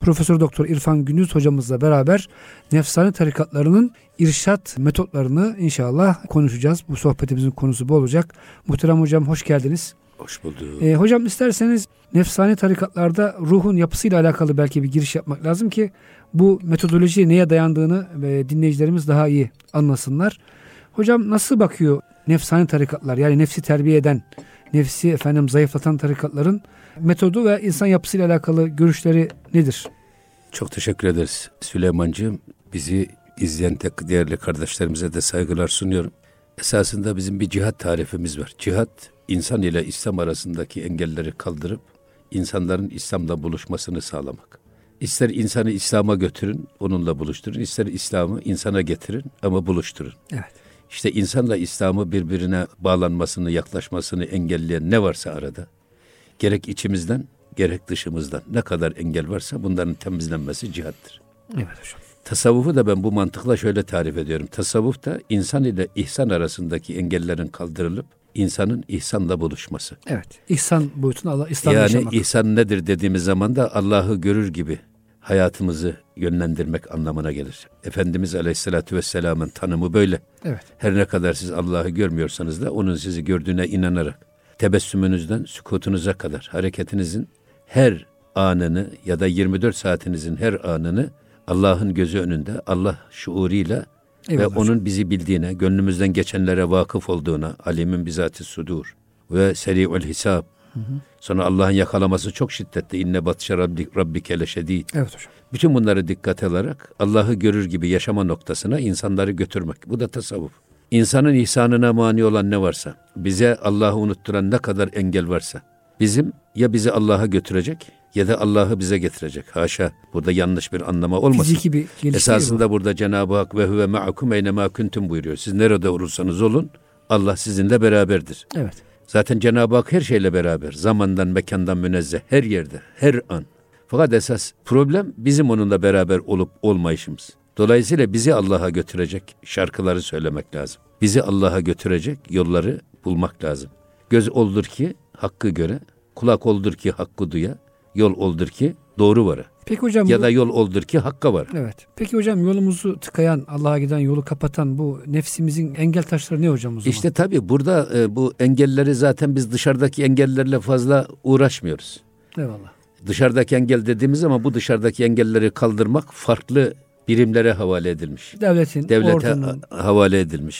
Profesör Doktor İrfan Gündüz hocamızla beraber nefsani tarikatlarının irşat metotlarını inşallah konuşacağız. Bu sohbetimizin konusu bu olacak. Muhterem hocam hoş geldiniz. Hoş bulduk. Hocam isterseniz nefsani tarikatlarda ruhun yapısıyla alakalı belki bir giriş yapmak lazım ki bu metodoloji neye dayandığını dinleyicilerimiz daha iyi anlasınlar. Hocam nasıl bakıyor nefsani tarikatlar, yani nefsi terbiye eden, nefsi zayıflatan tarikatların metodu ve insan yapısıyla alakalı görüşleri nedir? Çok teşekkür ederiz Süleymancığım. Bizi izleyen değerli kardeşlerimize de saygılar sunuyorum. Esasında bizim bir cihat tarifimiz var. Cihat, insan ile İslam arasındaki engelleri kaldırıp insanların İslam'la buluşmasını sağlamak. İster insanı İslam'a götürün, onunla buluşturun. İster İslam'ı insana getirin ama buluşturun. Evet. İşte insanla İslam'ı birbirine bağlanmasını, yaklaşmasını engelleyen ne varsa arada, gerek içimizden, gerek dışımızdan ne kadar engel varsa bunların temizlenmesi cihattır. Evet hocam. Tasavvufu da ben bu mantıkla şöyle tarif ediyorum. Tasavvuf da insan ile ihsan arasındaki engellerin kaldırılıp insanın ihsanla buluşması. Evet. İhsan boyutunu Allah İslam'da yani yaşamak. ihsan nedir dediğimiz zaman da Allah'ı görür gibi hayatımızı yönlendirmek anlamına gelir. Efendimiz Aleyhisselatü Vesselam'ın tanımı böyle. Evet. Her ne kadar siz Allah'ı görmüyorsanız da onun sizi gördüğüne inanarak tebessümünüzden sükutunuza kadar hareketinizin her anını ya da 24 saatinizin her anını Allah'ın gözü önünde, Allah şuuruyla ve onun bizi bildiğine, gönlümüzden geçenlere vakıf olduğuna, alimin bizati sudur ve seri'ül hisab. Sonra Allah'ın yakalaması çok şiddetli. İnne batşe rabbike leşedid. Evet hocam. Bütün bunları dikkate alarak Allah'ı görür gibi yaşama noktasına insanları götürmek. Bu da tasavvuf. İnsanın ihsanına mani olan ne varsa, bize Allah'ı unutturan ne kadar engel varsa, bizim ya bizi Allah'a götürecek ya da Allah'ı bize getirecek. Haşa, burada yanlış bir anlama olmasın. Fiziki bir gelişme. Esasında burada Cenab-ı Hak ve huve ma'akum eynemâ kuntum buyuruyor. Siz nerede olursanız olun, Allah sizinle beraberdir. Evet. Zaten Cenab-ı Hak her şeyle beraber, zamandan, mekandan münezzeh, her yerde, her an. Fakat esas problem bizim onunla beraber olup olmayışımız. Dolayısıyla bizi Allah'a götürecek şarkıları söylemek lazım. Bizi Allah'a götürecek yolları bulmak lazım. Göz oldur ki hakkı göre, kulak oldur ki hakkı duya, yol oldur ki doğru vara. Peki hocam ya da yol oldur ki hakka var. Evet. Peki hocam yolumuzu tıkayan, Allah'a giden yolu kapatan bu nefsimizin engel taşları ne hocam o zaman? İşte tabii burada bu engelleri zaten biz dışarıdaki engellerle fazla uğraşmıyoruz. Eyvallah. Dışarıdaki engel dediğimiz ama bu dışarıdaki engelleri kaldırmak farklı birimlere havale edilmiş. Devlete ordunun. havale edilmiş.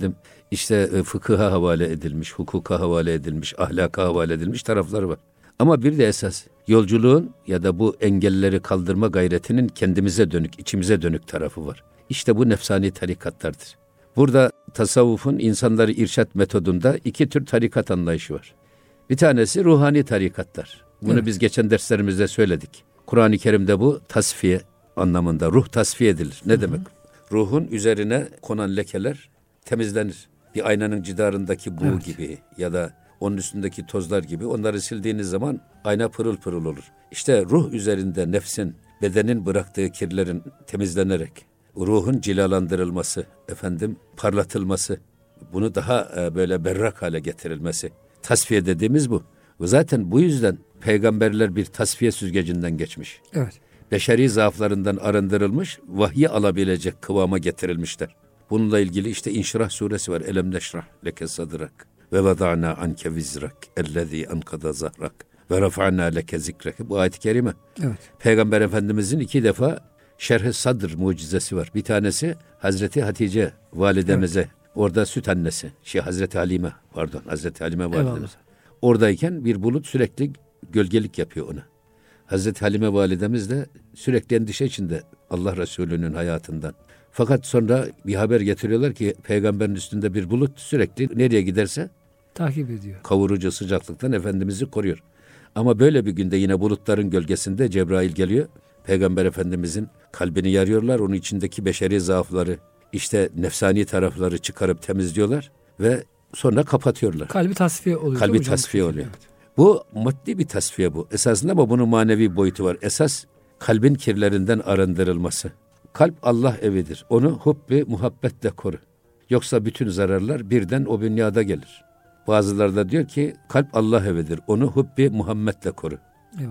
İşte fıkıha havale edilmiş, hukuka havale edilmiş, ahlaka havale edilmiş tarafları var. Ama bir de esas yolculuğun ya da bu engelleri kaldırma gayretinin kendimize dönük, içimize dönük tarafı var. İşte bu nefsani tarikatlardır. Burada tasavvufun insanları irşat metodunda iki tür tarikat anlayışı var. Bir tanesi ruhani tarikatlar. Bunu biz geçen derslerimizde söyledik. Kur'an-ı Kerim'de bu tasfiye anlamında, ruh tasfiye edilir. Ne demek? Ruhun üzerine konan lekeler temizlenir. Bir aynanın cidarındaki buğu gibi ya da onun üstündeki tozlar gibi onları sildiğiniz zaman ayna pırıl pırıl olur. İşte ruh üzerinde nefsin, bedenin bıraktığı kirlerin temizlenerek ruhun cilalandırılması, parlatılması, bunu daha böyle berrak hale getirilmesi. Tasfiye dediğimiz bu. Zaten bu yüzden peygamberler bir tasfiye süzgecinden geçmiş. Evet. Beşeri zaaflarından arındırılmış, vahyi alabilecek kıvama getirilmişler. Bununla ilgili işte İnşirah suresi var. Elem neşrah leke sadrak ve vada'na anke vizrak ellezî ankada zahrak ve rafa'na leke zikrek. Bu ayet-i kerime. Evet. Peygamber Efendimizin 2 defa şerh-i sadr mucizesi var. Bir tanesi Hazreti Hatice validemize, orada süt annesi, Hazreti Halime validemize. Oradayken bir bulut sürekli gölgelik yapıyor ona. Hazreti Halime validemiz de sürekli endişe içinde Allah Resulü'nün hayatından. Fakat sonra bir haber getiriyorlar ki peygamberin üstünde bir bulut sürekli nereye giderse takip ediyor. Kavurucu sıcaklıktan Efendimiz'i koruyor. Ama böyle bir günde yine bulutların gölgesinde Cebrail geliyor. Peygamber Efendimizin kalbini yarıyorlar. Onun içindeki beşeri zaafları, işte nefsani tarafları çıkarıp temizliyorlar ve sonra kapatıyorlar. Kalbi tasfiye oluyor. Kalbi tasfiye oluyor. Evet. Bu maddi bir tasfiye bu. Esasında ama bunun manevi boyutu var. Esas kalbin kirlerinden arındırılması. Kalp Allah evidir. Onu hubbi muhabbetle koru. Yoksa bütün zararlar birden o dünyada gelir. Bazıları da diyor ki kalp Allah evidir. Onu hubbi Muhammed'le koru. Eyvallah.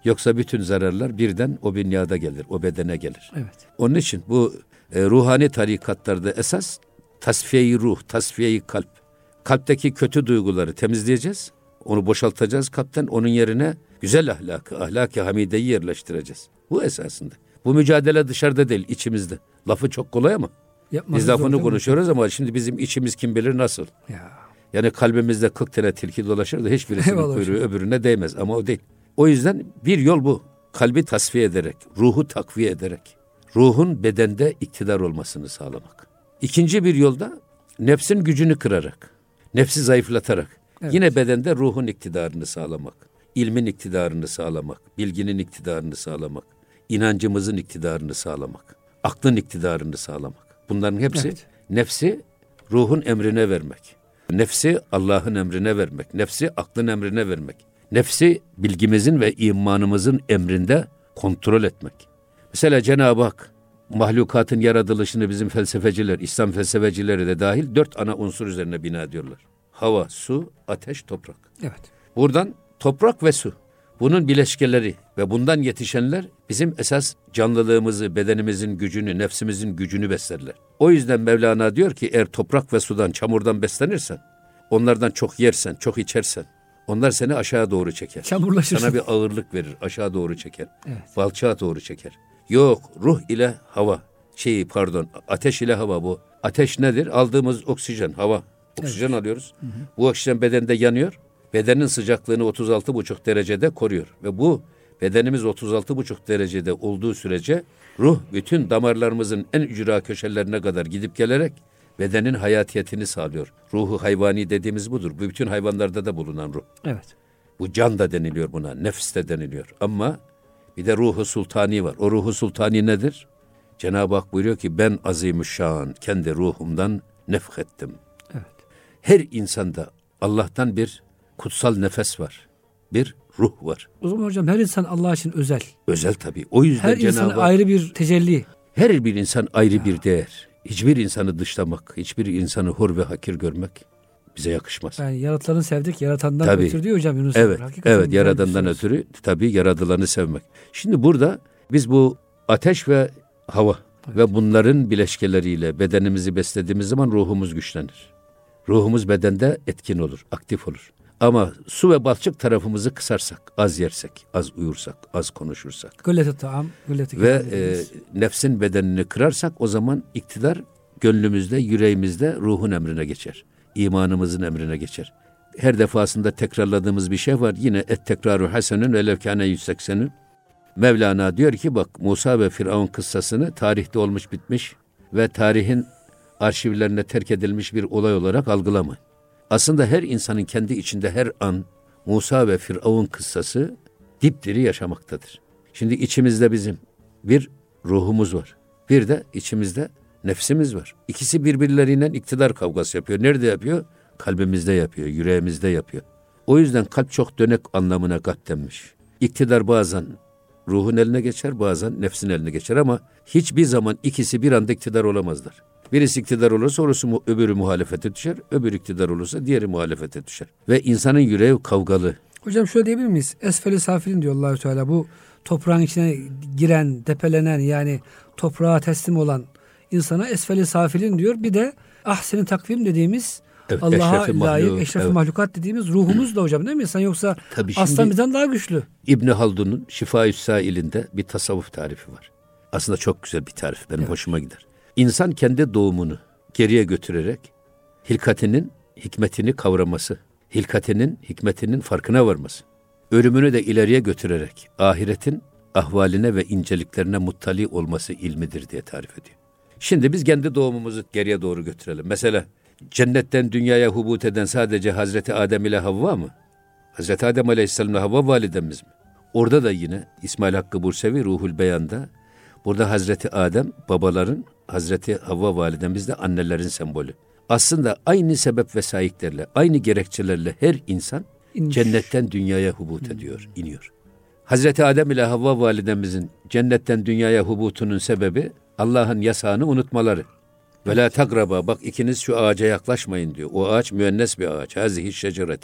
Yoksa bütün zararlar birden o bünyada gelir, o bedene gelir. Evet. Onun için bu ruhani tarikatlarda esas tasfiye-i ruh, tasfiye-i kalp. Kalpteki kötü duyguları temizleyeceğiz. Onu boşaltacağız kalpten. Onun yerine güzel ahlakı, ahlak-ı hamideyi yerleştireceğiz. Bu esasında. Bu mücadele dışarıda değil, içimizde. Lafı çok kolay ama. Yapması Biz lafını zor, konuşuyoruz ama şimdi bizim içimiz kim bilir nasıl. Ya. Yani kalbimizde 40 tane tilki dolaşır da hiçbirisinin kuyruğu öbürüne değmez ama o değil. O yüzden bir yol bu. Kalbi tasfiye ederek, ruhu takviye ederek, ruhun bedende iktidar olmasını sağlamak. İkinci bir yolda nefsin gücünü kırarak, nefsi zayıflatarak, yine bedende ruhun iktidarını sağlamak, ilmin iktidarını sağlamak, bilginin iktidarını sağlamak, inancımızın iktidarını sağlamak, aklın iktidarını sağlamak. Bunların hepsi nefsi ruhun emrine vermek. Nefsi Allah'ın emrine vermek. Nefsi aklın emrine vermek. Nefsi bilgimizin ve imanımızın emrinde kontrol etmek. Mesela Cenab-ı Hak mahlukatın yaratılışını bizim felsefeciler, İslam felsefecileri de dahil 4 ana unsur üzerine bina ediyorlar. Hava, su, ateş, toprak. Evet. Buradan toprak ve su. Bunun bileşkeleri ve bundan yetişenler bizim esas canlılığımızı, bedenimizin gücünü, nefsimizin gücünü beslerler. O yüzden Mevlana diyor ki eğer toprak ve sudan, çamurdan beslenirsen, onlardan çok yersen, çok içersen, onlar seni aşağı doğru çeker. Çamurlaşırsın. Sana bir ağırlık verir, aşağı doğru çeker. Evet. Balçağa doğru çeker. Yok, ruh ile hava, ateş ile hava bu. Ateş nedir? Aldığımız oksijen, hava. Oksijen alıyoruz. Hı hı. Bu oksijen bedende yanıyor. Bedenin sıcaklığını 36,5 derecede koruyor. Ve bu bedenimiz 36,5 derecede olduğu sürece ruh bütün damarlarımızın en ücra köşelerine kadar gidip gelerek bedenin hayatiyetini sağlıyor. Ruhu hayvani dediğimiz budur. Bu bütün hayvanlarda da bulunan ruh. Evet. Bu can da deniliyor buna, nefs de deniliyor. Ama bir de ruhu sultani var. O ruhu sultani nedir? Cenab-ı Hak buyuruyor ki ben azimüşşan kendi ruhumdan nefhettim. Evet. Her insanda Allah'tan bir kutsal nefes var. Bir ruh var. O zaman hocam her insan Allah için özel. Özel tabii. O yüzden her insan ayrı bir tecelli. Her bir insan ayrı bir değer. Hiçbir insanı dışlamak, hiçbir insanı hor ve hakir görmek bize yakışmaz. Yani yaratılanı sevdik, yaratandan tabii. ötürü diyor hocam Yunus. Evet, yaradandan ötürü tabii yaradılanı sevmek. Şimdi burada biz bu ateş ve hava ve bunların bileşkeleriyle bedenimizi beslediğimiz zaman ruhumuz güçlenir. Ruhumuz bedende etkin olur, aktif olur. Ama su ve balçık tarafımızı kısarsak, az yersek, az uyursak, az konuşursak ve nefsin bedenini kırarsak o zaman iktidar gönlümüzde, yüreğimizde ruhun emrine geçer. İmanımızın emrine geçer. Her defasında tekrarladığımız bir şey var. Yine et-tekraru hasenün ve levkâne 180'ün. Mevlana diyor ki bak Musa ve Firavun kıssasını tarihte olmuş bitmiş ve tarihin arşivlerine terk edilmiş bir olay olarak algılamayın. Aslında her insanın kendi içinde her an Musa ve Firavun kıssası dipdiri yaşamaktadır. Şimdi içimizde bizim bir ruhumuz var. Bir de içimizde nefsimiz var. İkisi birbirleriyle iktidar kavgası yapıyor. Nerede yapıyor? Kalbimizde yapıyor, yüreğimizde yapıyor. O yüzden kalp çok dönek anlamına katlenmiş. İktidar bazen ruhun eline geçer, bazen nefsin eline geçer ama hiçbir zaman ikisi bir anda iktidar olamazlar. Birisi iktidar olursa orası öbürü muhalefete düşer, öbürü iktidar olursa diğeri muhalefete düşer. Ve insanın yüreği kavgalı. Hocam şöyle diyebilir miyiz? Esfel-i safilin diyor Allah-u Teala. Bu toprağın içine giren, depelenen yani toprağa teslim olan insana esfel-i safilin diyor. Bir de ahsen-i takvim dediğimiz Allah'a layık, eşref-i mahlukat dediğimiz ruhumuz da hocam değil mi insan? Yoksa aslan bizden daha güçlü. İbn Haldun'un Şifa-i Sail'inde bir tasavvuf tarifi var. Aslında çok güzel bir tarif. Benim hoşuma gider. İnsan kendi doğumunu geriye götürerek hilkatinin hikmetini kavraması, hilkatinin hikmetinin farkına varması, ölümünü de ileriye götürerek ahiretin ahvaline ve inceliklerine muttali olması ilmidir diye tarif ediyor. Şimdi biz kendi doğumumuzu geriye doğru götürelim. Mesela cennetten dünyaya hubut eden sadece Hazreti Adem ile Havva mı? Hazreti Adem Aleyhisselam'la Havva validemiz mi? Orada da yine İsmail Hakkı Bursevi Ruhul Beyan'da burada Hazreti Adem babaların, Hazreti Havva validemiz de annelerin sembolü. Aslında aynı sebep vesaiklerle, aynı gerekçelerle her insan cennetten dünyaya hubut ediyor, iniyor. Hazreti Adem ile Havva validemizin cennetten dünyaya hubutunun sebebi Allah'ın yasağını unutmaları. Ve la tagraba, bak ikiniz şu ağaca yaklaşmayın diyor. O ağaç müennes bir ağaç. Hazihi şecerete.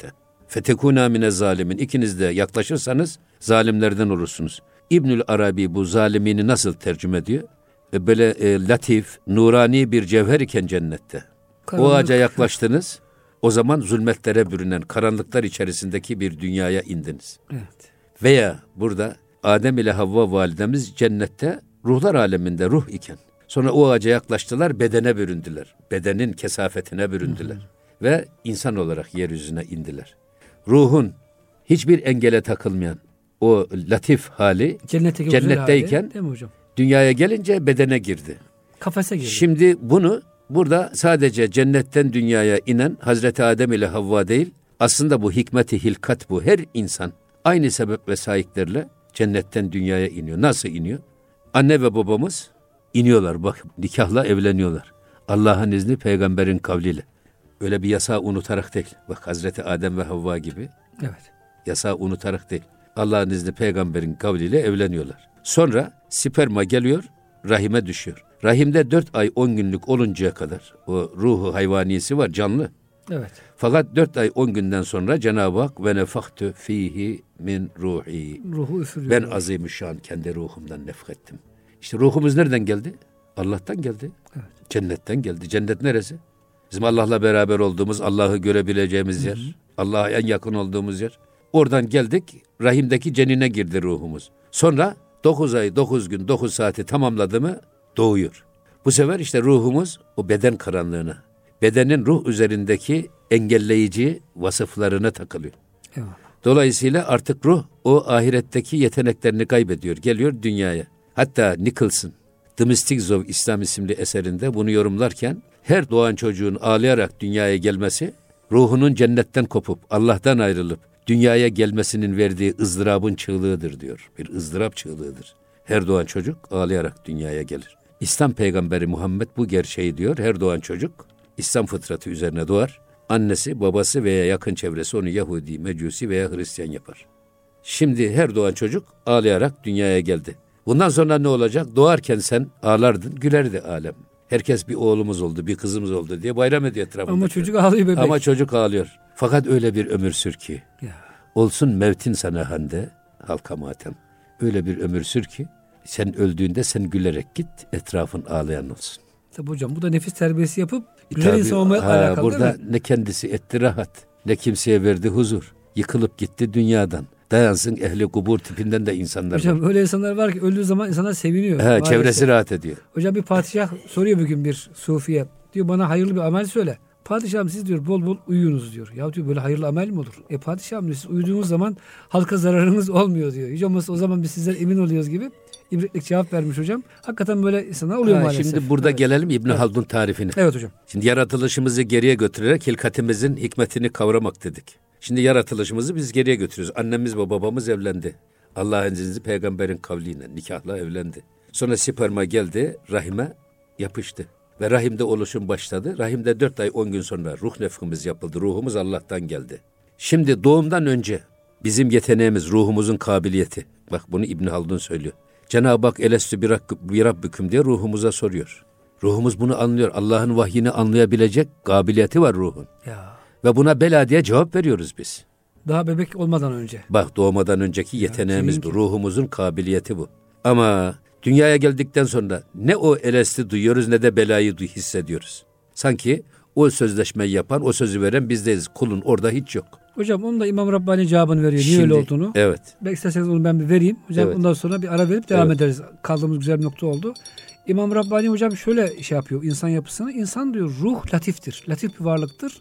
Fetekûnâ mine zalimin. İkiniz de yaklaşırsanız zalimlerden olursunuz. İbnül Arabi bu zalimini nasıl tercüme ediyor? Böyle latif, nurani bir cevher iken cennette. Karanlık. O ağaca yaklaştınız. O zaman zulmetlere bürünen, karanlıklar içerisindeki bir dünyaya indiniz. Evet. Veya burada Adem ile Havva validemiz cennette ruhlar aleminde ruh iken. Sonra o ağaca yaklaştılar, bedene büründüler. Bedenin kesafetine büründüler. Ve insan olarak yeryüzüne indiler. Ruhun hiçbir engele takılmayan o latif hali cennetteyken hali, değil mi hocam? Dünyaya gelince bedene girdi. Kafese girdi. Şimdi bunu burada sadece cennetten dünyaya inen Hazreti Adem ile Havva değil, aslında bu hikmeti hilkat bu. Her insan aynı sebep ve sahiplerle cennetten dünyaya iniyor. Nasıl iniyor? Anne ve babamız iniyorlar. Bak, nikahla evleniyorlar. Allah'ın izni, peygamberin kavliyle. Öyle bir yasağı unutarak değil. Bak, Hazreti Adem ve Havva gibi. Evet. Yasağı unutarak değil. Allah'ın izni, peygamberin kavliyle evleniyorlar. Sonra sperma geliyor, rahime düşüyor. Rahimde 4 ay 10 günlük oluncaya kadar o ruhu hayvaniyesi var, canlı. Evet. Fakat 4 ay 10 günden sonra Cenab-ı Hak ve nefaktu fihi min ruhi. Ruhu üfürüyor. Ben azimüşşan kendi ruhumdan nefkettim. İşte ruhumuz nereden geldi? Allah'tan geldi. Evet. Cennetten geldi. Cennet neresi? Bizim Allah'la beraber olduğumuz, Allah'ı görebileceğimiz yer. Allah'a en yakın olduğumuz yer. Oradan geldik, rahimdeki cenine girdi ruhumuz. Sonra 9 ay, 9 gün, 9 saati tamamladı mı doğuyor. Bu sefer işte ruhumuz o beden karanlığına, bedenin ruh üzerindeki engelleyici vasıflarına takılıyor. Eyvallah. Dolayısıyla artık ruh o ahiretteki yeteneklerini kaybediyor, geliyor dünyaya. Hatta Nicholson, The Mystics of İslam isimli eserinde bunu yorumlarken, her doğan çocuğun ağlayarak dünyaya gelmesi, ruhunun cennetten kopup, Allah'tan ayrılıp, dünyaya gelmesinin verdiği ızdırabın çığlığıdır diyor. Bir ızdırap çığlığıdır. Her doğan çocuk ağlayarak dünyaya gelir. İslam peygamberi Muhammed bu gerçeği diyor. Her doğan çocuk İslam fıtratı üzerine doğar. Annesi, babası veya yakın çevresi onu Yahudi, Mecusi veya Hristiyan yapar. Şimdi her doğan çocuk ağlayarak dünyaya geldi. Bundan sonra ne olacak? Doğarken sen ağlardın, gülerdi alem. Herkes bir oğlumuz oldu, bir kızımız oldu diye bayram ediyor etrafında. Ama çocuk ağlıyor bebek. Ama çocuk ağlıyor. Fakat öyle bir ömür sür ki, Ya. olsun mevtin sana hande, halka matem. Öyle bir ömür sür ki, sen öldüğünde sen gülerek git, etrafın ağlayan olsun. Tabii hocam, bu da nefis terbiyesi yapıp güzel insan olmaya alakalı burada değil mi? ne kendisi etti rahat, ne kimseye verdi huzur. Yıkılıp gitti dünyadan. Dayansın ehli kubur tipinden de insanlar Hocam var. öyle insanlar var ki öldüğü zaman insanlar seviniyor. Çevresi rahat ediyor. Hocam bir padişah soruyor bir gün bir sufiye. Diyor bana hayırlı bir amel söyle. Padişahım siz diyor bol bol uyuyunuz diyor. Ya diyor böyle hayırlı amel mi olur? Padişahım diyor siz uyuduğunuz zaman halka zararınız olmuyor diyor. Hiç olmazsa o zaman biz sizden emin oluyoruz gibi ibretlik cevap vermiş hocam. Hakikaten böyle insanlar oluyor maalesef. Şimdi burada gelelim İbn Haldun tarifine. Evet hocam. Şimdi yaratılışımızı geriye götürerek hilkatimizin hikmetini kavramak dedik. Şimdi yaratılışımızı biz geriye götürüyoruz. Annemiz ve babamız evlendi. Allah'ın izni, peygamberin kavliyle nikahla evlendi. Sonra sperma geldi, rahime yapıştı. Ve rahimde oluşum başladı. Rahimde 4 ay 10 gün sonra ruh nefkimiz yapıldı. Ruhumuz Allah'tan geldi. Şimdi doğumdan önce bizim yeteneğimiz, ruhumuzun kabiliyeti. Bak bunu İbn Haldun söylüyor. Cenab-ı Hak elestü bir rabbüküm diye ruhumuza soruyor. Ruhumuz bunu anlıyor. Allah'ın vahyini anlayabilecek kabiliyeti var ruhun. Ya. Ve buna bela diye cevap veriyoruz biz. Daha bebek olmadan önce. Bak doğmadan önceki yeteneğimiz bu. Ruhumuzun kabiliyeti bu. Ama dünyaya geldikten sonra ne o elesti duyuyoruz ne de belayı hissediyoruz. Sanki o sözleşmeyi yapan, o sözü veren bizdeyiz. Kulun orada hiç yok. Hocam onun da İmam Rabbani cevabını veriyor. Niye öyle olduğunu. Evet. Belki isterseniz onu ben bir vereyim. Hocam Evet. ondan sonra bir ara verip devam ederiz. Kaldığımız güzel bir nokta oldu. İmam Rabbani hocam şöyle şey yapıyor insan yapısını. İnsan diyor ruh latiftir. Latif bir varlıktır.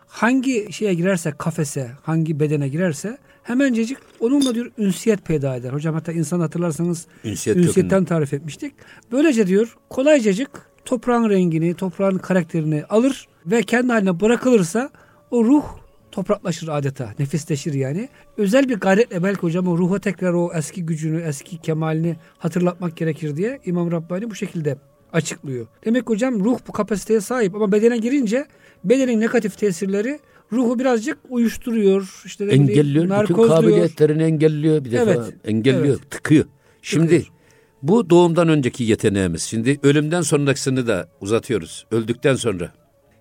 Hangi şeye girerse, kafese, hangi bedene girerse hemencecik onunla diyor ünsiyet peyda eder. Hocam hatta insan hatırlarsanız ünsiyetten tarif etmiştik. Böylece diyor kolaycacık toprağın rengini, toprağın karakterini alır ve kendi haline bırakılırsa o ruh topraklaşır adeta. Nefisleşir yani. Özel bir gayretle belki hocam o ruha tekrar o eski gücünü, eski kemalini hatırlatmak gerekir diye İmam Rabbani bu şekilde açıklıyor. Demek hocam ruh bu kapasiteye sahip ama bedene girince bedenin negatif tesirleri ruhu birazcık uyuşturuyor. İşte engelliyor. Bütün kabiliyetlerini engelliyor bir defa. Engelliyor, tıkıyor. Şimdi bu doğumdan önceki yeteneğimiz. Şimdi ölümden sonrakisini de uzatıyoruz. Öldükten sonra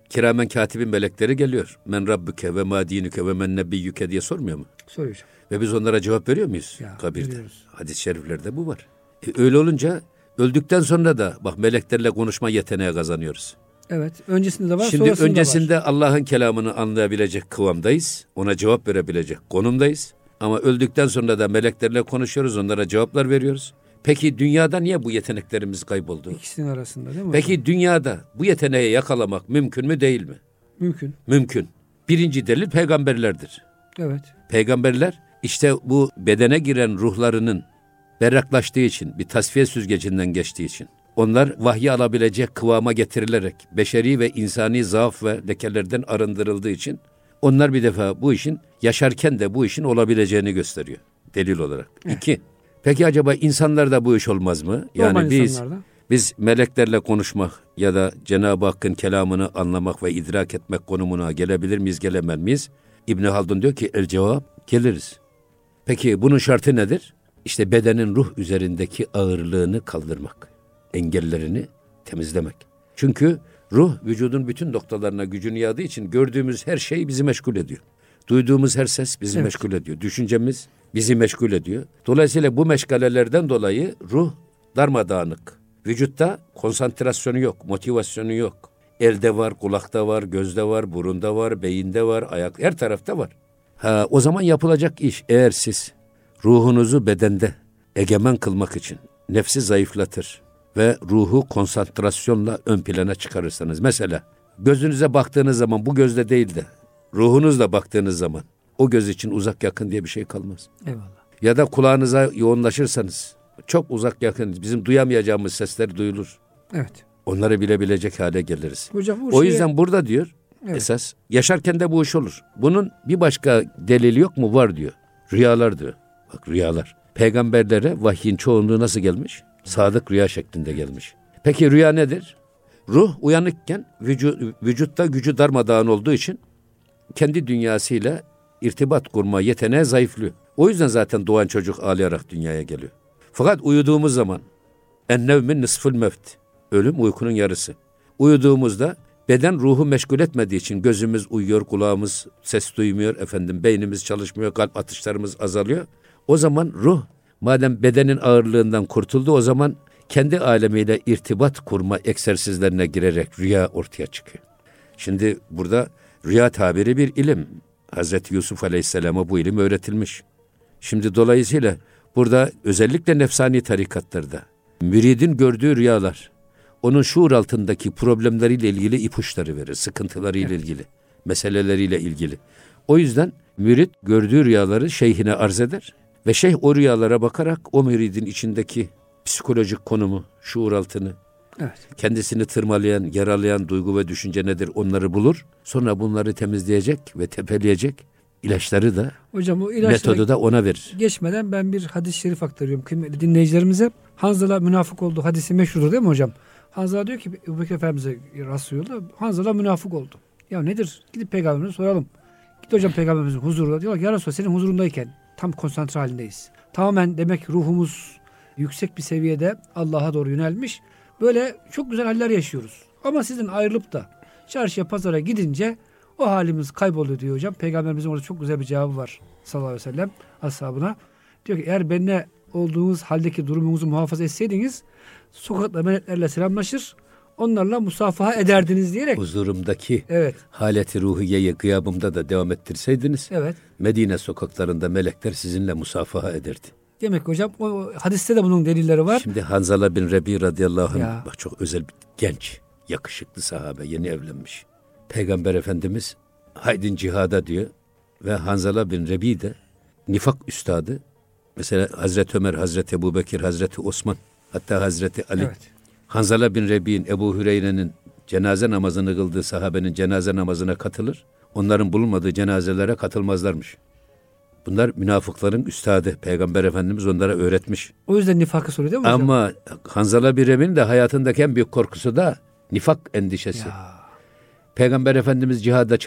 kiramen katibin melekleri geliyor. Men rabbuke ve ma dinuke ve men nebiyyuke diye sormuyor mu? Soruyor hocam. Ve biz onlara cevap veriyor muyuz Ya, kabirde? veriyoruz. Hadis-i şeriflerde bu var. Öyle olunca öldükten sonra da bak meleklerle konuşma yeteneği kazanıyoruz. Evet. Öncesinde de var, Şimdi sonrasında öncesinde da var. Allah'ın kelamını anlayabilecek kıvamdayız. Ona cevap verebilecek konumdayız. Ama öldükten sonra da meleklerle konuşuyoruz, onlara cevaplar veriyoruz. Peki dünyada niye bu yeteneklerimiz kayboldu? İkisinin arasında değil mi Peki hocam? dünyada bu yeteneği yakalamak mümkün mü değil mi? Mümkün. Mümkün. Birinci delil peygamberlerdir. Evet. Peygamberler işte bu bedene giren ruhlarının berraklaştığı için, bir tasfiye süzgecinden geçtiği için, onlar vahyi alabilecek kıvama getirilerek, beşeri ve insani zaaf ve lekelerden arındırıldığı için, onlar bir defa bu işin, yaşarken de bu işin olabileceğini gösteriyor delil olarak. Evet. 2. Peki acaba insanlarda bu iş olmaz mı? Normal Yani insanlarda. biz meleklerle konuşmak ya da Cenab-ı Hakk'ın kelamını anlamak ve idrak etmek konumuna gelebilir miyiz, gelemez miyiz? İbn Haldun diyor ki el cevap, geliriz. Peki bunun şartı nedir? İşte bedenin ruh üzerindeki ağırlığını kaldırmak, engellerini temizlemek. Çünkü ruh vücudun bütün noktalarına gücünü yağdığı için gördüğümüz her şey bizi meşgul ediyor. Duyduğumuz her ses bizi meşgul ediyor. Düşüncemiz bizi meşgul ediyor. Dolayısıyla bu meşgalelerden dolayı ruh darmadağınık. Vücutta konsantrasyonu yok, motivasyonu yok. Elde var, kulakta var, gözde var, burunda var, beyinde var, ayak, her tarafta var. O zaman yapılacak iş, eğer siz ruhunuzu bedende egemen kılmak için nefsi zayıflatır ve ruhu konsantrasyonla ön plana çıkarırsanız, mesela gözünüze baktığınız zaman bu gözle değil de ruhunuzla baktığınız zaman o göz için uzak yakın diye bir şey kalmaz. Eyvallah. Ya da kulağınıza yoğunlaşırsanız çok uzak yakın, bizim duyamayacağımız sesler duyulur. Evet. Onları bilebilecek hale geliriz. Hocam O yüzden burada diyor, evet, esas yaşarken de bu iş olur. Bunun bir başka delili yok mu? Var diyor. Rüyalar diyor. Bak rüyalar. Peygamberlere vahyin çoğunluğu nasıl gelmiş? Sadık rüya şeklinde gelmiş. Peki rüya nedir? Ruh uyanıkken vücutta gücü darmadağın olduğu için kendi dünyasıyla irtibat kurma yeteneği zayıflıyor. O yüzden zaten doğan çocuk ağlayarak dünyaya geliyor. Fakat uyuduğumuz zaman ennevmin nisful mevt. Ölüm uykunun yarısı. Uyuduğumuzda beden ruhu meşgul etmediği için gözümüz uyuyor, kulağımız ses duymuyor, beynimiz çalışmıyor, kalp atışlarımız azalıyor. O zaman ruh madem bedenin ağırlığından kurtuldu, o zaman kendi alemiyle irtibat kurma egzersizlerine girerek rüya ortaya çıkıyor. Şimdi burada rüya tabiri bir ilim. Hazreti Yusuf Aleyhisselam'a bu ilim öğretilmiş. Şimdi dolayısıyla burada özellikle nefsani tarikatlarda müridin gördüğü rüyalar onun şuur altındaki problemleriyle ilgili ipuçları verir, sıkıntılarıyla ilgili, meseleleriyle ilgili. O yüzden mürid gördüğü rüyaları şeyhine arz eder ve şeyh o rüyalara bakarak o müridin içindeki psikolojik konumu, şuur altını, kendisini tırmalayan, yaralayan duygu ve düşünce nedir onları bulur. Sonra bunları temizleyecek ve tepeleyecek ilaçları da, hocam, o metodu da ona verir. Geçmeden ben bir hadis-i şerif aktarıyorum kıymetli dinleyicilerimize. Hanzala münafık oldu hadisi meşhurdur değil mi hocam? Hanzala diyor ki Ebu Bekir Efendimiz'e rastlıyorlar. Hanzala münafık oldu. Ya nedir? Gidip peygamberimize soralım. Git hocam peygamberimizin huzuruna. Diyorlar ki ya Resulallah senin huzurundayken tam konsantre halindeyiz. Tamamen demek ruhumuz yüksek bir seviyede Allah'a doğru yönelmiş. Böyle çok güzel haller yaşıyoruz. Ama sizin ayrılıp da çarşıya pazara gidince o halimiz kayboluyor diyor hocam. Peygamberimizin orada çok güzel bir cevabı var sallallahu aleyhi ve sellem ashabına. Diyor ki eğer benimle olduğunuz haldeki durumunuzu muhafaza etseydiniz sokakta meleklerle selamlaşır, onlarla musafaha ederdiniz diyerek. Huzurumdaki haleti ruhiyeyi gıyabımda da devam ettirseydiniz, Medine sokaklarında melekler sizinle musafaha ederdi. Demek hocam o hadiste de bunun delilleri var. Şimdi Hanzala bin Rebi radıyallahu anh bak çok özel bir genç, yakışıklı sahabe, yeni evlenmiş. Peygamber Efendimiz haydin cihada diyor ve Hanzala bin Rebi de nifak üstadı. Mesela Hazreti Ömer, Hazreti Ebubekir, Hazreti Osman, hatta Hazreti Ali. Hanzala bin Rebi'nin, Ebu Hüreyre'nin cenaze namazını kıldığı sahabenin cenaze namazına katılır. Onların bulunmadığı cenazelere katılmazlarmış. Bunlar münafıkların üstadı. Peygamber Efendimiz onlara öğretmiş. O yüzden nifakı soruyor değil mi hocam? Ama Hanzala bin Rebi'nin de hayatındaki en büyük korkusu da nifak endişesi. Peygamber Efendimiz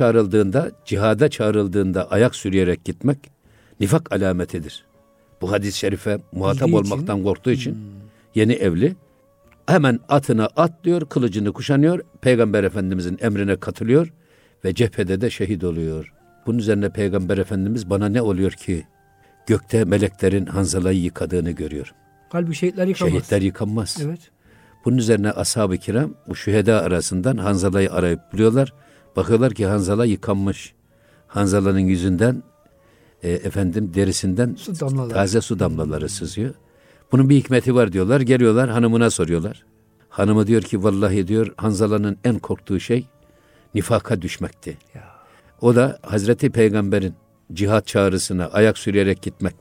cihada çağrıldığında ayak sürüyerek gitmek nifak alametidir. Bu hadis-i şerife muhatap olmaktan korktuğu için yeni evli hemen atına atlıyor, kılıcını kuşanıyor, Peygamber Efendimizin emrine katılıyor ve cephede de şehit oluyor. Bunun üzerine Peygamber Efendimiz bana ne oluyor ki gökte meleklerin Hanzala'yı yıkadığını görüyorum. Kalbi şehitler yıkanmaz. Şehitler yıkanmaz. Evet. Bunun üzerine ashab-ı kiram bu şüheda arasından Hanzala'yı arayıp buluyorlar. Bakıyorlar ki Hanzala yıkanmış. Hanzala'nın yüzünden derisinden taze su damlaları sızıyor. Bunun bir hikmeti var diyorlar. Geliyorlar hanımına soruyorlar. Hanımı diyor ki vallahi diyor Hanzala'nın en korktuğu şey nifaka düşmekti. Ya. O da Hazreti Peygamber'in cihat çağrısına ayak sürüyerek gitmek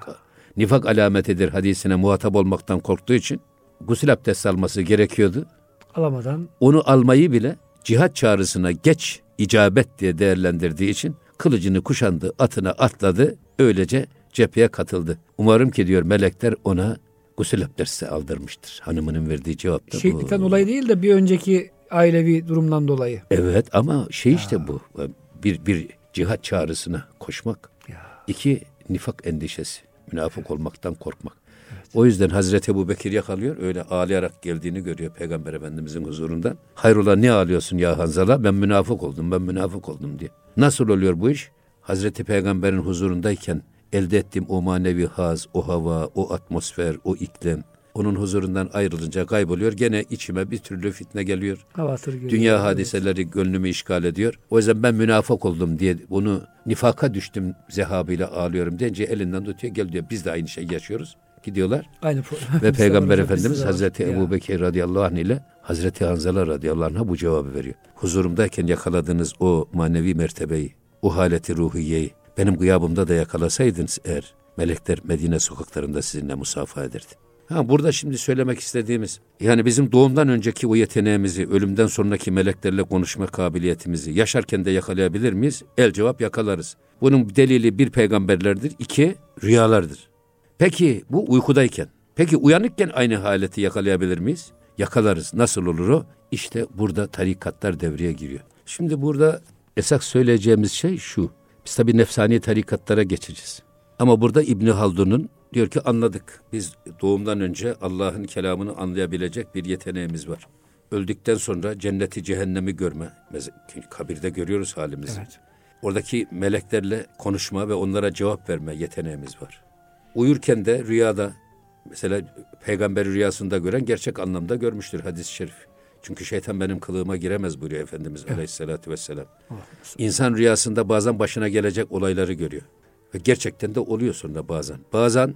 nifak alametidir hadisine muhatap olmaktan korktuğu için gusül abdesti alması gerekiyordu. Alamadan. Onu almayı bile cihat çağrısına geç icabet diye değerlendirdiği için kılıcını kuşandı, atına atladı, öylece cepheye katıldı. Umarım ki diyor melekler ona gusül abdesti aldırmıştır. Hanımının verdiği cevap da bu. Şehitlikten dolayı değil de bir önceki ailevi durumdan dolayı. Evet ama işte bu. Bir cihat çağrısına koşmak. Ya. 2 nifak endişesi. Münafık olmaktan korkmak. Evet. O yüzden Hazreti Ebubekir yakalıyor. Öyle ağlayarak geldiğini görüyor Peygamber Efendimizin huzurundan. Hayrola ne ağlıyorsun ya Hanzala? Ben münafık oldum diye. Nasıl oluyor bu iş? Hazreti Peygamber'in huzurundayken elde ettiğim o manevi haz, o hava, o atmosfer, o iklim, onun huzurundan ayrılınca kayboluyor. Gene içime bir türlü fitne geliyor. Dünya hadiseleri gönlümü işgal ediyor. O yüzden ben münafık oldum diye bunu nifaka düştüm zehabıyla ağlıyorum deyince elinden tutuyor. Gel diyor biz de aynı şeyi yaşıyoruz. Gidiyorlar. Aynı ve Peygamber Efendimiz Hazreti Ebubekir radıyallahu anh ile Hazreti Hanzala radıyallahu anh'a bu cevabı veriyor. Huzurumdayken yakaladığınız o manevi mertebeyi, o haleti ruhiyeyi benim gıyabımda da yakalasaydınız eğer melekler Medine sokaklarında sizinle musafaha ederdi. Burada şimdi söylemek istediğimiz yani bizim doğumdan önceki o yeteneğimizi, ölümden sonraki meleklerle konuşma kabiliyetimizi yaşarken de yakalayabilir miyiz? El cevap yakalarız. Bunun delili 1 peygamberlerdir, 2 rüyalardır. Peki bu uykudayken, peki uyanıkken aynı haleti yakalayabilir miyiz? Yakalarız. Nasıl olur o? İşte burada tarikatlar devreye giriyor. Şimdi burada esas söyleyeceğimiz şey şu. Biz tabii nefsani tarikatlara geçeceğiz. Ama burada İbn Haldun'un diyor ki anladık. Biz doğumdan önce Allah'ın kelamını anlayabilecek bir yeteneğimiz var. Öldükten sonra cenneti cehennemi görme. Kabirde görüyoruz halimizi. Evet. Oradaki meleklerle konuşma ve onlara cevap verme yeteneğimiz var. Uyurken de rüyada mesela peygamberi rüyasında gören gerçek anlamda görmüştür hadis-i şerif. Çünkü şeytan benim kılığıma giremez buyuruyor Efendimiz Aleyhisselatü Vesselam. İnsan rüyasında bazen başına gelecek olayları görüyor. Ve gerçekten de oluyor sonra bazen. Bazen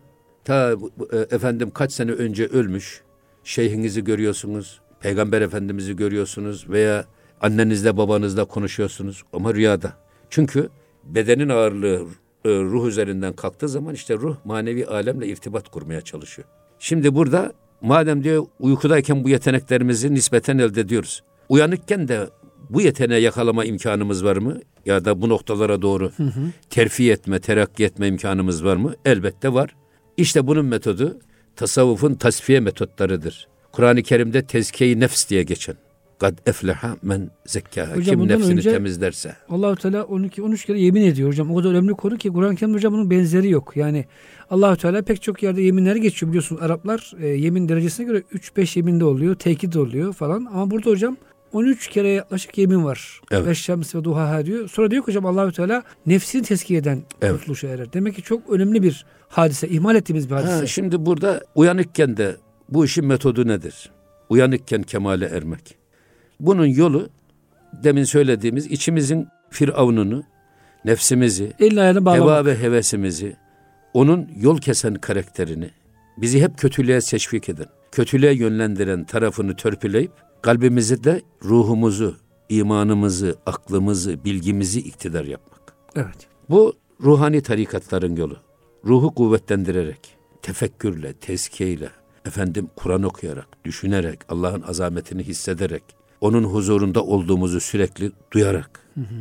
kaç sene önce ölmüş şeyhinizi görüyorsunuz, Peygamber Efendimiz'i görüyorsunuz veya annenizle babanızla konuşuyorsunuz ama rüyada. Çünkü bedenin ağırlığı ruh üzerinden kalktığı zaman işte ruh manevi alemle irtibat kurmaya çalışıyor. Şimdi burada madem diyor uykudayken bu yeteneklerimizi nispeten elde ediyoruz. Uyanıkken de bu yeteneği yakalama imkanımız var mı? Ya da bu noktalara doğru terfi etme, terakki etme imkanımız var mı? Elbette var. İşte bunun metodu tasavvufun tasfiye metotlarıdır. Kur'an-ı Kerim'de tezkiye-i nefs diye geçen. Kad efleha men zekkaha. Kim nefsini temizlerse. Allah-u Teala 12-13 kere yemin ediyor hocam. O kadar önemli konu ki Kur'an-ı Kerim'de hocam bunun benzeri yok. Yani Allah-u Teala pek çok yerde yeminleri geçiyor biliyorsun. Araplar yemin derecesine göre 3-5 yeminde oluyor, tekit oluyor falan. Ama burada hocam 13 kere yaklaşık yemin var. Evet. Veşşems ve duhaha diyor. Sonra diyor ki hocam Allah-u Teala nefsini tezkiye eden kurtuluşa erer. Demek ki çok önemli bir hadise. İhmal ettiğimiz bir hadise. Şimdi burada uyanıkken de bu işin metodu nedir? Uyanıkken kemale ermek. Bunun yolu demin söylediğimiz içimizin firavununu, nefsimizi, heva ve hevesimizi, onun yol kesen karakterini, bizi hep kötülüğe teşvik eden, kötülüğe yönlendiren tarafını törpüleyip, kalbimizi de ruhumuzu, imanımızı, aklımızı, bilgimizi iktidar yapmak. Evet. Bu ruhani tarikatların yolu. Ruhu kuvvetlendirerek, tefekkürle, tezkiyeyle, Kur'an okuyarak, düşünerek, Allah'ın azametini hissederek, onun huzurunda olduğumuzu sürekli duyarak.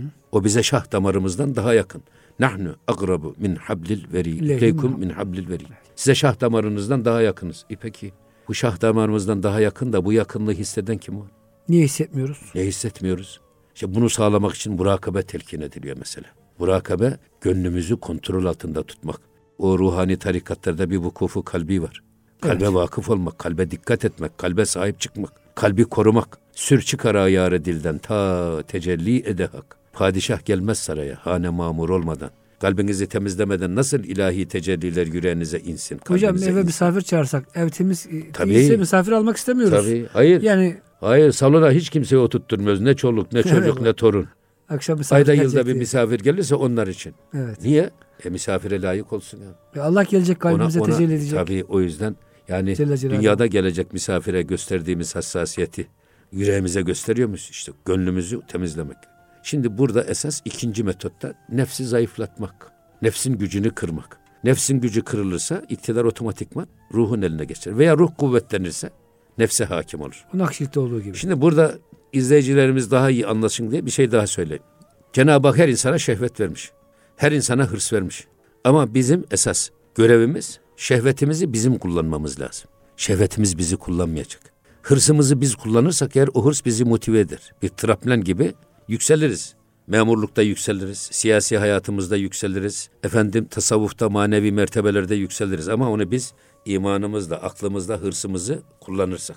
O bize şah damarımızdan daha yakın. Nahnu agrabu min hablil verid. Leykum min hablil verid. Size şah damarınızdan daha yakınız. Peki bu şah damarımızdan daha yakın da bu yakınlığı hisseden kim var? Niye hissetmiyoruz? Niye hissetmiyoruz? İşte bunu sağlamak için murakabe telkin ediliyor mesela. Murakabe gönlümüzü kontrol altında tutmak. O ruhani tarikatlarda bir vukufu kalbi var. Kalbe vakıf olmak, kalbe dikkat etmek, kalbe sahip çıkmak, kalbi korumak. Sür çıkar ayarı dilden ta tecelli ede hak. Padişah gelmez saraya hane mamur olmadan. Kalbinizi temizlemeden nasıl ilahi tecelliler yüreğinize insin? Hocam eve insin. misafir çağırsak ev temiz değilse misafir almak istemiyoruz. Tabii. Hayır. Yani hayır, salona hiç kimseyi oturtturmuyoruz. Ne çoluk, ne çocuk, Evet. ne torun. akşam misafir Ayda yılda gelecek bir diye. misafir gelirse onlar için. Evet. Niye? Misafire layık olsun ya. Allah gelecek kalbimize tecelli edecek. Tabii o yüzden yani Celle Celaluhu. dünyada gelecek misafire gösterdiğimiz hassasiyeti yüreğimize gösteriyor muyuz? İşte gönlümüzü temizlemek. Şimdi burada esas ikinci metotta nefsi zayıflatmak. Nefsin gücünü kırmak. Nefsin gücü kırılırsa iktidar otomatikman ruhun eline geçer. Veya ruh kuvvetlenirse nefse hakim olur. O Nakşi'de olduğu gibi. Şimdi burada izleyicilerimiz daha iyi anlasın diye bir şey daha söyleyeyim. Cenab-ı Hak her insana şehvet vermiş. Her insana hırs vermiş. Ama bizim esas görevimiz şehvetimizi bizim kullanmamız lazım. Şehvetimiz bizi kullanmayacak. Hırsımızı biz kullanırsak eğer o hırs bizi motive eder. Bir tramplin gibi yükseliriz. Memurlukta yükseliriz. Siyasi hayatımızda yükseliriz. Tasavvufta, manevi mertebelerde yükseliriz. Ama onu biz imanımızla, aklımızla, hırsımızı kullanırsak.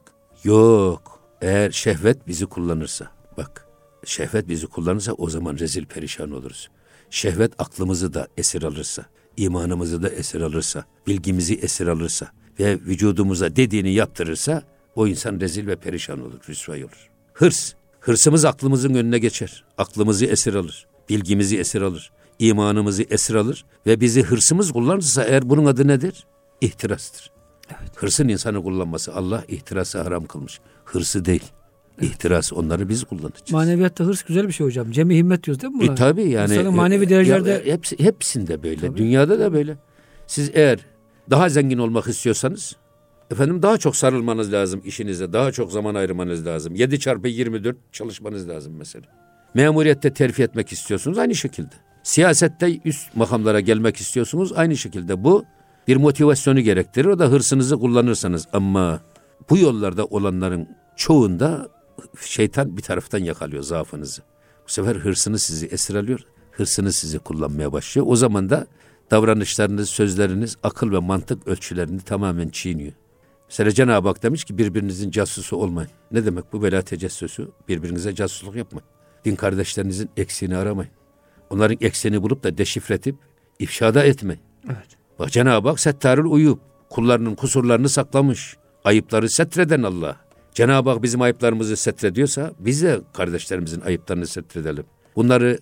Yok. Eğer şehvet bizi kullanırsa, bak, şehvet bizi kullanırsa o zaman rezil perişan oluruz. Şehvet aklımızı da esir alırsa, imanımızı da esir alırsa, bilgimizi esir alırsa ve vücudumuza dediğini yaptırırsa o insan rezil ve perişan olur, rüsvay olur. Hırsımız aklımızın önüne geçer. Aklımızı esir alır, bilgimizi esir alır, imanımızı esir alır ve bizi hırsımız kullanırsa eğer bunun adı nedir? İhtirastır. Evet. Hırsın insanı kullanması, Allah ihtirası haram kılmış. Hırsı değil. İhtiras, onları biz kullanacağız. Maneviyatta hırs güzel bir şey hocam. Cem-i himmet diyoruz değil mi buna? Tabii yani. İnsanın manevi derecelerde. Hepsinde böyle. Tabii. Dünyada da böyle. Siz eğer daha zengin olmak istiyorsanız daha çok sarılmanız lazım işinize. Daha çok zaman ayırmanız lazım. 7x24 çalışmanız lazım mesela. Memuriyette terfi etmek istiyorsunuz aynı şekilde. Siyasette üst makamlara gelmek istiyorsunuz aynı şekilde. Bu bir motivasyonu gerektirir. O da hırsınızı kullanırsanız. Ama bu yollarda olanların çoğunda şeytan bir taraftan yakalıyor zaafınızı. Bu sefer hırsınız sizi esir alıyor. Hırsınız sizi kullanmaya başlıyor. O zaman da davranışlarınız, sözleriniz, akıl ve mantık ölçülerini tamamen çiğniyor. Mesela Cenab-ı Hak demiş ki birbirinizin casusu olmayın. Ne demek bu? Vela tecessüsü. Birbirinize casusluk yapmayın. Din kardeşlerinizin eksiğini aramayın. Onların eksiğini bulup da deşifre edip ifşada etmeyin. Evet. Bak Cenab-ı Hak settarül uyub. Kullarının kusurlarını saklamış. Ayıpları setreden Allah. Cenab-ı Hak bizim ayıplarımızı setrediyorsa biz de kardeşlerimizin ayıplarını setredelim. Bunları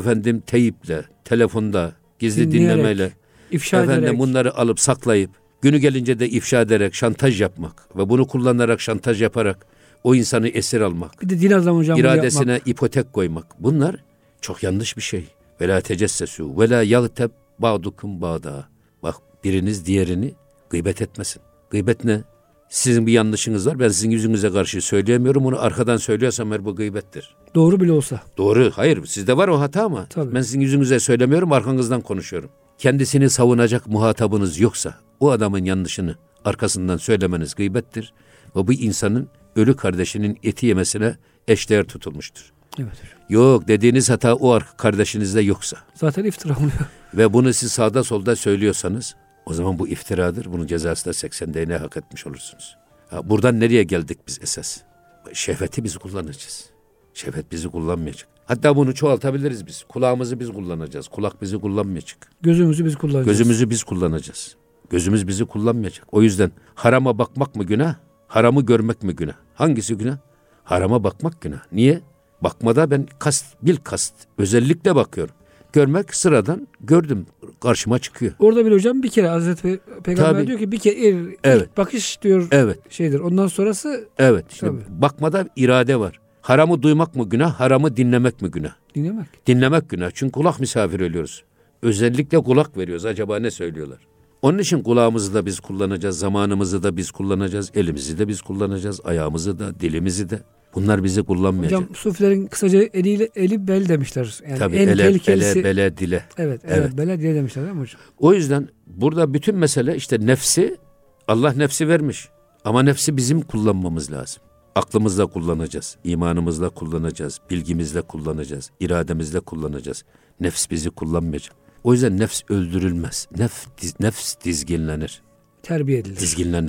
teyiple, telefonda, gizli dinlemeyle, ifşa ederek, bunları alıp saklayıp, günü gelince de ifşa ederek şantaj yapmak ve bunu kullanarak şantaj yaparak o insanı esir almak. Bir de din adamı hocam iradesine ipotek koymak. Bunlar çok yanlış bir şey. Ve la tecessesu ve la yagteb ba'dukum ba'da. Bak biriniz diğerini gıybet etmesin. Gıybet ne? Sizin bir yanlışınız var. Ben sizin yüzünüze karşı söyleyemiyorum. Onu arkadan söylüyorsam bu gıybettir. Doğru bile olsa. Doğru. Hayır. Sizde var o hata ama. Tabii. Ben sizin yüzünüze söylemiyorum. Arkanızdan konuşuyorum. Kendisini savunacak muhatabınız yoksa o adamın yanlışını arkasından söylemeniz gıybettir. Ve bu insanın ölü kardeşinin eti yemesine eşdeğer tutulmuştur. Evet. Yok dediğiniz hata o kardeşinizde yoksa. Zaten iftira oluyor. Ve bunu siz sağda solda söylüyorsanız o zaman bu iftiradır. Bunun cezası da 80 değneği hak etmiş olursunuz. Buradan nereye geldik biz esas? Şehveti biz kullanacağız. Şehvet bizi kullanmayacak. Hatta bunu çoğaltabiliriz biz. Kulağımızı biz kullanacağız. Kulak bizi kullanmayacak. Gözümüzü biz kullanacağız. Gözümüzü biz kullanacağız. Gözümüz bizi kullanmayacak. O yüzden harama bakmak mı günah? Haramı görmek mi günah? Hangisi günah? Harama bakmak günah. Niye? Bakmada ben kast, özellikle bakıyorum. Görmek sıradan, gördüm, karşıma çıkıyor. Orada bile hocam bir kere Hazreti Peygamber Tabii. diyor ki bir kere ilk bakış diyor şeydir. Ondan sonrası Şimdi bakmada irade var. Haramı duymak mı günah, haramı dinlemek mi günah? dinlemek. Dinlemek günah. Çünkü kulak misafir oluyoruz. Özellikle kulak veriyoruz. Acaba ne söylüyorlar? Onun için kulağımızı da biz kullanacağız, zamanımızı da biz kullanacağız, elimizi de biz kullanacağız, ayağımızı da, dilimizi de. Bunlar bizi kullanmayacak. Hocam sufilerin kısaca eli bel demişler. Yani tabii en tehlikelisi. ele, bele, dile. Evet. Bele, dile demişler değil mi hocam? O yüzden burada bütün mesele işte nefsi, Allah nefsi vermiş. Ama nefsi bizim kullanmamız lazım. Aklımızla kullanacağız, imanımızla kullanacağız, bilgimizle kullanacağız, irademizle kullanacağız. Nefs bizi kullanmayacak. O yüzden nefs öldürülmez. Nefs dizginlenir. Terbiye edilir. Dizginlenir.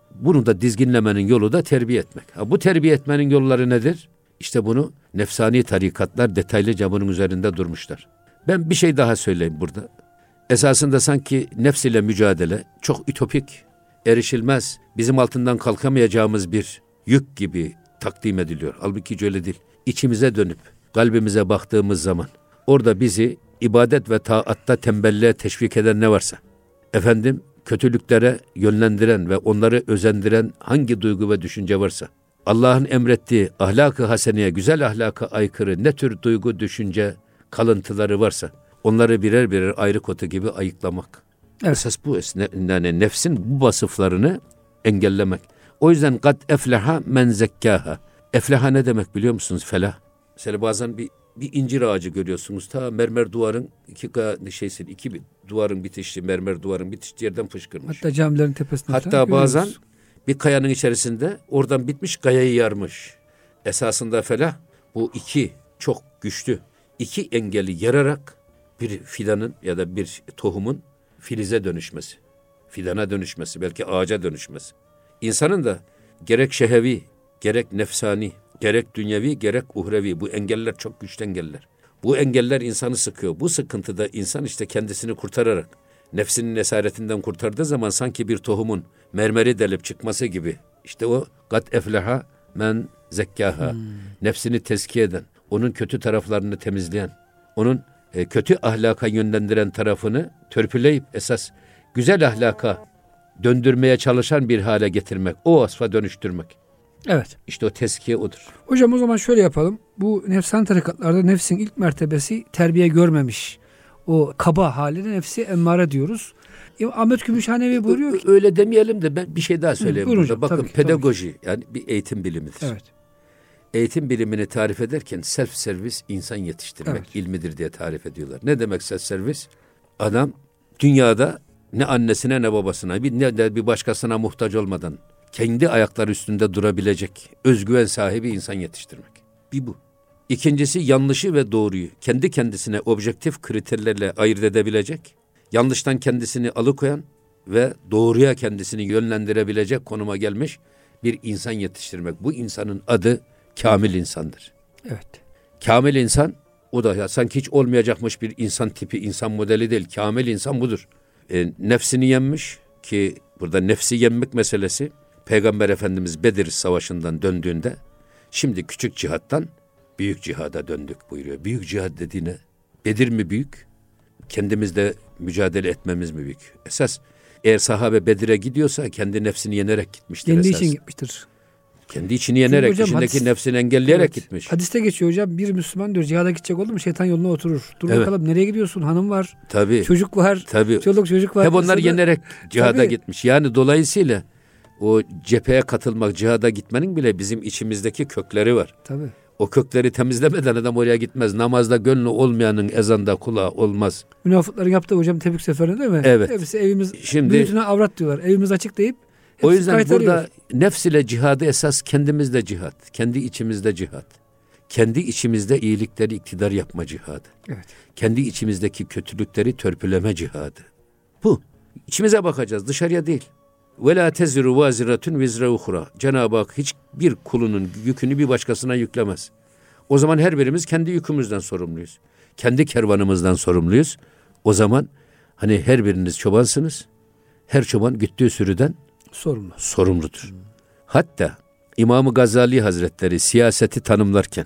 Bunu da dizginlemenin yolu da terbiye etmek. Bu terbiye etmenin yolları nedir? İşte bunu nefsani tarikatlar detaylıca bunun üzerinde durmuşlar. Ben bir şey daha söyleyeyim burada. Esasında sanki nefs ile mücadele çok ütopik, erişilmez, bizim altından kalkamayacağımız bir yük gibi takdim ediliyor. Halbuki öyle değil. İçimize dönüp kalbimize baktığımız zaman orada bizi ibadet ve taatta tembelliğe teşvik eden ne varsa, kötülüklere yönlendiren ve onları özendiren hangi duygu ve düşünce varsa, Allah'ın emrettiği ahlak-ı haseneye, güzel ahlaka aykırı ne tür duygu, düşünce kalıntıları varsa onları birer birer ayrı kotu gibi ayıklamak. Evet. Esas bu, yani nefsin bu vasıflarını engellemek. O yüzden kad efleha men zekkâha. Efleha ne demek biliyor musunuz? Felah. Mesela bazen bir incir ağacı görüyorsunuz. Ta mermer duvarın iki duvarın bitişi, mermer duvarın bitişi yerden fışkırmış. Hatta camilerin tepesinde. Hatta bazen bir kayanın içerisinde oradan bitmiş, kayayı yarmış. Esasında felah bu çok güçlü iki engeli yararak bir fidanın ya da bir tohumun filize dönüşmesi, fidana dönüşmesi, belki ağaca dönüşmesi. İnsanın da gerek şehevi, gerek nefsani, gerek dünyevi, gerek uhrevi, bu engeller çok güçlü engeller. Bu engeller insanı sıkıyor. Bu sıkıntıda insan işte kendisini kurtararak, nefsinin esaretinden kurtardığı zaman sanki bir tohumun mermeri delip çıkması gibi. İşte o kad efleha men zekkâha. Nefsini tezkiye eden, onun kötü taraflarını temizleyen, onun kötü ahlaka yönlendiren tarafını törpüleyip esas güzel ahlaka döndürmeye çalışan bir hale getirmek, o vasfa dönüştürmek. Evet. İşte o tezkiye odur. Hocam o zaman şöyle yapalım. Bu nefsani tarikatlarda nefsin ilk mertebesi terbiye görmemiş. O kaba haline nefsi emmare diyoruz. Ahmet Gümüşhanevi buyuruyor ki. Öyle demeyelim de ben bir şey daha söyleyeyim burada. Hocam, bakın pedagoji yani bir eğitim bilimidir. Evet. Eğitim bilimini tarif ederken self servis insan yetiştirmek ilmidir diye tarif ediyorlar. Ne demek self servis? Adam dünyada ne annesine ne babasına ne de bir başkasına muhtaç olmadan kendi ayakları üstünde durabilecek özgüven sahibi insan yetiştirmek. Bir bu. İkincisi yanlışı ve doğruyu kendi kendisine objektif kriterlerle ayırt edebilecek, yanlıştan kendisini alıkoyan ve doğruya kendisini yönlendirebilecek konuma gelmiş bir insan yetiştirmek. Bu insanın adı kamil insandır. Evet. Kamil insan o da sanki hiç olmayacakmış bir insan tipi, insan modeli değil. Kamil insan budur. Nefsini yenmiş ki burada nefsi yenmek meselesi Peygamber Efendimiz Bedir Savaşı'ndan döndüğünde şimdi küçük cihattan büyük cihada döndük buyuruyor. Büyük cihad dediğine Bedir mi büyük? Kendimizle mücadele etmemiz mi büyük? Esas eğer sahabe Bedir'e gidiyorsa kendi nefsini yenerek gitmiştir. Kendi esas. için gitmiştir. Kendi içini yenerek, hocam, içindeki nefsini engelleyerek gitmiş. Hadiste geçiyor hocam, bir Müslüman diyor cihada gidecek oldu mu şeytan yoluna oturur. Dur bakalım nereye gidiyorsun, hanım var, çocuk var, çoluk çocuk var. Hep onlar yenerek cihada gitmiş. Yani dolayısıyla o cepheye katılmak, cihada gitmenin bile bizim içimizdeki kökleri var. Tabii. O kökleri temizlemeden adam oraya gitmez. Namazda gönlü olmayanın ezanda kulağı olmaz. Münafıkların yaptığı hocam Tebük seferinde değil mi? Evet. Hepsi evimiz, büyütüne avrat diyorlar. Evimiz açık deyip o yüzden burada nefs ile cihadı esas kendimizde cihat. Kendi içimizde cihat. Kendi içimizde iyilikleri iktidar yapma cihadı. Evet. Kendi içimizdeki kötülükleri törpüleme cihadı. Bu. İçimize bakacağız, dışarıya değil. وَلَا تَزِرُ وَازِرَةٌ وِزْرَ اُخْرَى. Cenab-ı Hak hiçbir kulunun yükünü bir başkasına yüklemez. O zaman her birimiz kendi yükümüzden sorumluyuz. Kendi kervanımızdan sorumluyuz. O zaman hani her biriniz çobansınız. Her çoban güttüğü sürüden sorumludur. Hatta İmam-ı Gazali Hazretleri siyaseti tanımlarken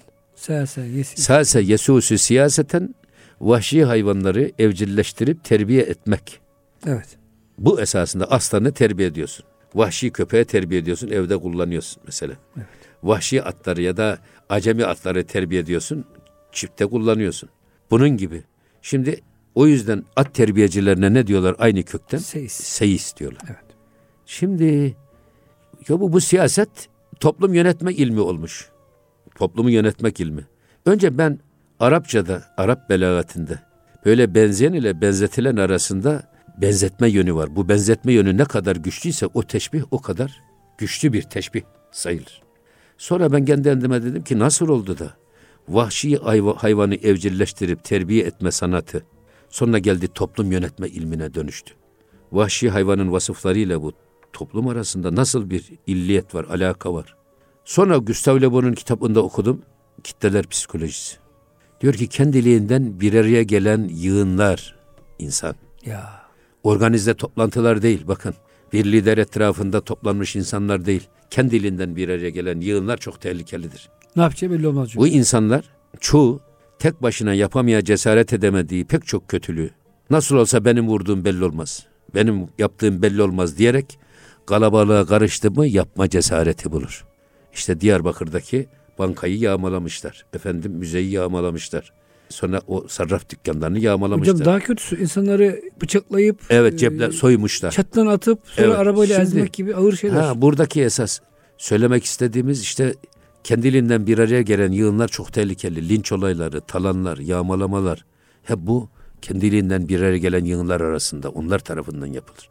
sâse yesûsü siyaseten vahşi hayvanları evcilleştirip terbiye etmek. Evet. Bu esasında aslanı terbiye ediyorsun. Vahşi köpeği terbiye ediyorsun, evde kullanıyorsun mesela. Evet. Vahşi atları ya da acemi atları terbiye ediyorsun, çiftte kullanıyorsun. Bunun gibi. Şimdi o yüzden at terbiyecilerine ne diyorlar aynı kökten? Seyis diyorlar. Evet. Şimdi ya bu siyaset toplum yönetme ilmi olmuş. Toplumu yönetmek ilmi. Önce ben Arapçada, Arap belagatinde böyle benzeyen ile benzetilen arasında benzetme yönü var. Bu benzetme yönü ne kadar güçlüyse o teşbih o kadar güçlü bir teşbih sayılır. Sonra ben kendi kendime dedim ki nasıl oldu da vahşi hayvanı evcilleştirip terbiye etme sanatı sonra geldi toplum yönetme ilmine dönüştü. Vahşi hayvanın vasıflarıyla bu toplum arasında nasıl bir illiyet var, alaka var. Sonra Gustave Le Bon'un kitabında okudum. Kitleler psikolojisi. Diyor ki kendiliğinden bir araya gelen yığınlar insan. Ya. Organize toplantılar değil bakın. Bir lider etrafında toplanmış insanlar değil. Kendiliğinden bir araya gelen yığınlar çok tehlikelidir. Ne yapacağı belli olmaz çünkü. Bu insanlar çoğu tek başına yapamaya cesaret edemediği pek çok kötülüğü nasıl olsa benim vurduğum belli olmaz, benim yaptığım belli olmaz diyerek kalabalığa karıştı mı yapma cesareti bulur. İşte Diyarbakır'daki bankayı yağmalamışlar. Müzeyi yağmalamışlar. Sonra o sarraf dükkanlarını yağmalamışlar. Hocam daha kötüsü insanları bıçaklayıp cepler soymuşlar. Çatıdan atıp sonra arabayla ezmek gibi ağır şeyler. Buradaki esas söylemek istediğimiz işte kendiliğinden bir araya gelen yığınlar çok tehlikeli. Linç olayları, talanlar, yağmalamalar. Hep bu kendiliğinden bir araya gelen yığınlar arasında onlar tarafından yapılır.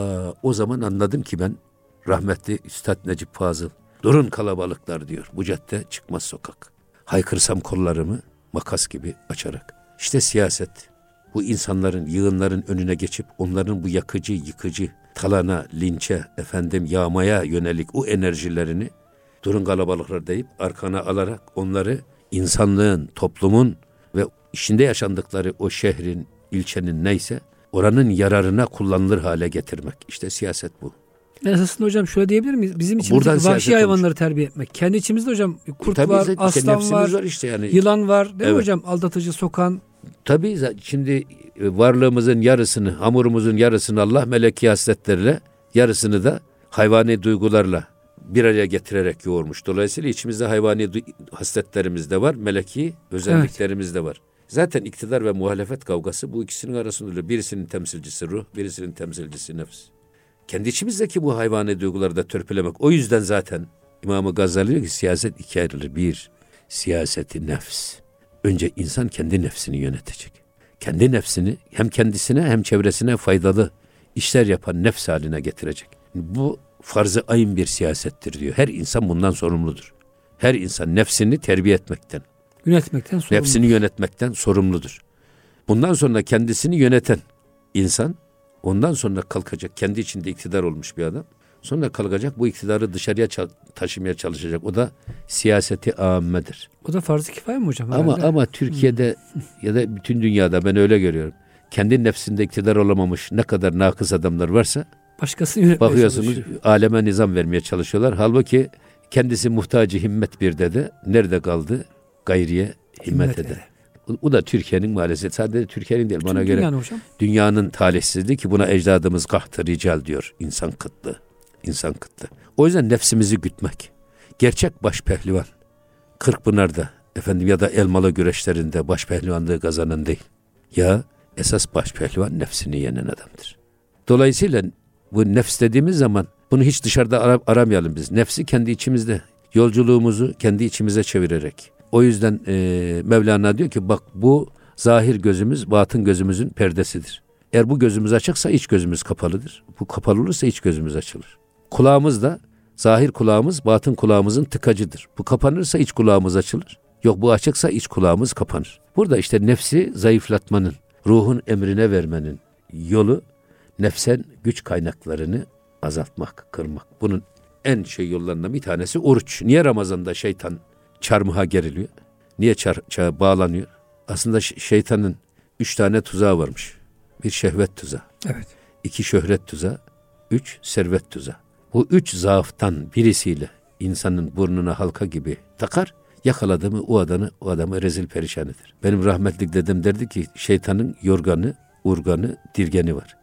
O zaman anladım ki ben rahmetli Üstad Necip Fazıl durun kalabalıklar diyor. Bu cadde çıkmaz sokak. Haykırsam kollarımı makas gibi açarak. İşte siyaset. Bu insanların, yığınların önüne geçip onların bu yakıcı, yıkıcı, talana, linçe, yağmaya yönelik o enerjilerini durun kalabalıklar deyip arkana alarak onları insanlığın, toplumun ve içinde yaşandıkları o şehrin, ilçenin neyse oranın yararına kullanılır hale getirmek. İşte siyaset bu. Esasında hocam şöyle diyebilir miyiz? Bizim içimizdeki vahşi hayvanları terbiye etmek. Kendi içimizde hocam kurt var, aslan var, işte yani. Yılan var değil mi hocam? Aldatıcı, sokan. Tabii şimdi varlığımızın yarısını, hamurumuzun yarısını Allah meleki hasletleriyle, yarısını da hayvani duygularla bir araya getirerek yoğurmuş. Dolayısıyla içimizde hayvani hasletlerimiz de var, meleki özelliklerimiz de var. Zaten iktidar ve muhalefet kavgası bu ikisinin arasında. Birisinin temsilcisi ruh, birisinin temsilcisi nefs. Kendi içimizdeki bu hayvani duyguları da törpülemek. O yüzden zaten İmam-ı Gazali diyor ki siyaset ikiye ayrılır. Bir, siyaseti nefs. Önce insan kendi nefsini yönetecek. Kendi nefsini hem kendisine hem çevresine faydalı işler yapan nefs haline getirecek. Bu farz-ı ayın bir siyasettir diyor. Her insan bundan sorumludur. Her insan nefsini terbiye etmekten, yönetmekten sorumludur. Nefsini yönetmekten sorumludur. Bundan sonra kendisini yöneten insan, ondan sonra kalkacak, kendi içinde iktidar olmuş bir adam. Sonra kalkacak, bu iktidarı dışarıya taşımaya çalışacak. O da siyaseti âmmedir. O da farz-ı kifaye mi hocam? Ama Türkiye'de ya da bütün dünyada ben öyle görüyorum. Kendi nefsinde iktidar olamamış ne kadar nakıs adamlar varsa başkasını yönetmeye bakıyorsunuz aleme nizam vermeye çalışıyorlar. Halbuki kendisi muhtacı himmet bir dede. Nerede kaldı? Gayriye himmet eder. Bu da Türkiye'nin maalesef, sadece Türkiye'nin değil, bana göre dünyanın talihsizliği ki buna ecdadımız kahtı rical diyor. İnsan kıtlığı. İnsan kıtlığı. O yüzden nefsimizi gütmek. Gerçek başpehlivan Kırkpınar'da ya da elmalı güreşlerinde başpehlivanlığı kazanan değil. Ya esas başpehlivan nefsini yenen adamdır. Dolayısıyla bu nefs dediğimiz zaman bunu hiç dışarıda aramayalım biz. Nefsi kendi içimizde, yolculuğumuzu kendi içimize çevirerek. O yüzden Mevlana diyor ki bak bu zahir gözümüz batın gözümüzün perdesidir. Eğer bu gözümüz açıksa iç gözümüz kapalıdır. Bu kapalı olursa iç gözümüz açılır. Kulağımız da zahir kulağımız batın kulağımızın tıkacıdır. Bu kapanırsa iç kulağımız açılır. Yok bu açıksa iç kulağımız kapanır. Burada işte nefsi zayıflatmanın, ruhun emrine vermenin yolu nefsen güç kaynaklarını azaltmak, kırmak. Bunun en yollarından bir tanesi oruç. Niye Ramazan'da şeytan çarmıha geriliyor? Niye bağlanıyor? Aslında şeytanın 3 tane tuzağı varmış. 1 şehvet tuzağı. Evet. 2 şöhret tuzağı. 3 servet tuzağı. Bu 3 zaaftan birisiyle insanın burnuna halka gibi takar. Yakaladı mı o adamı rezil perişan eder. Benim rahmetlik dedem derdi ki şeytanın yorganı, urganı, dirgeni var.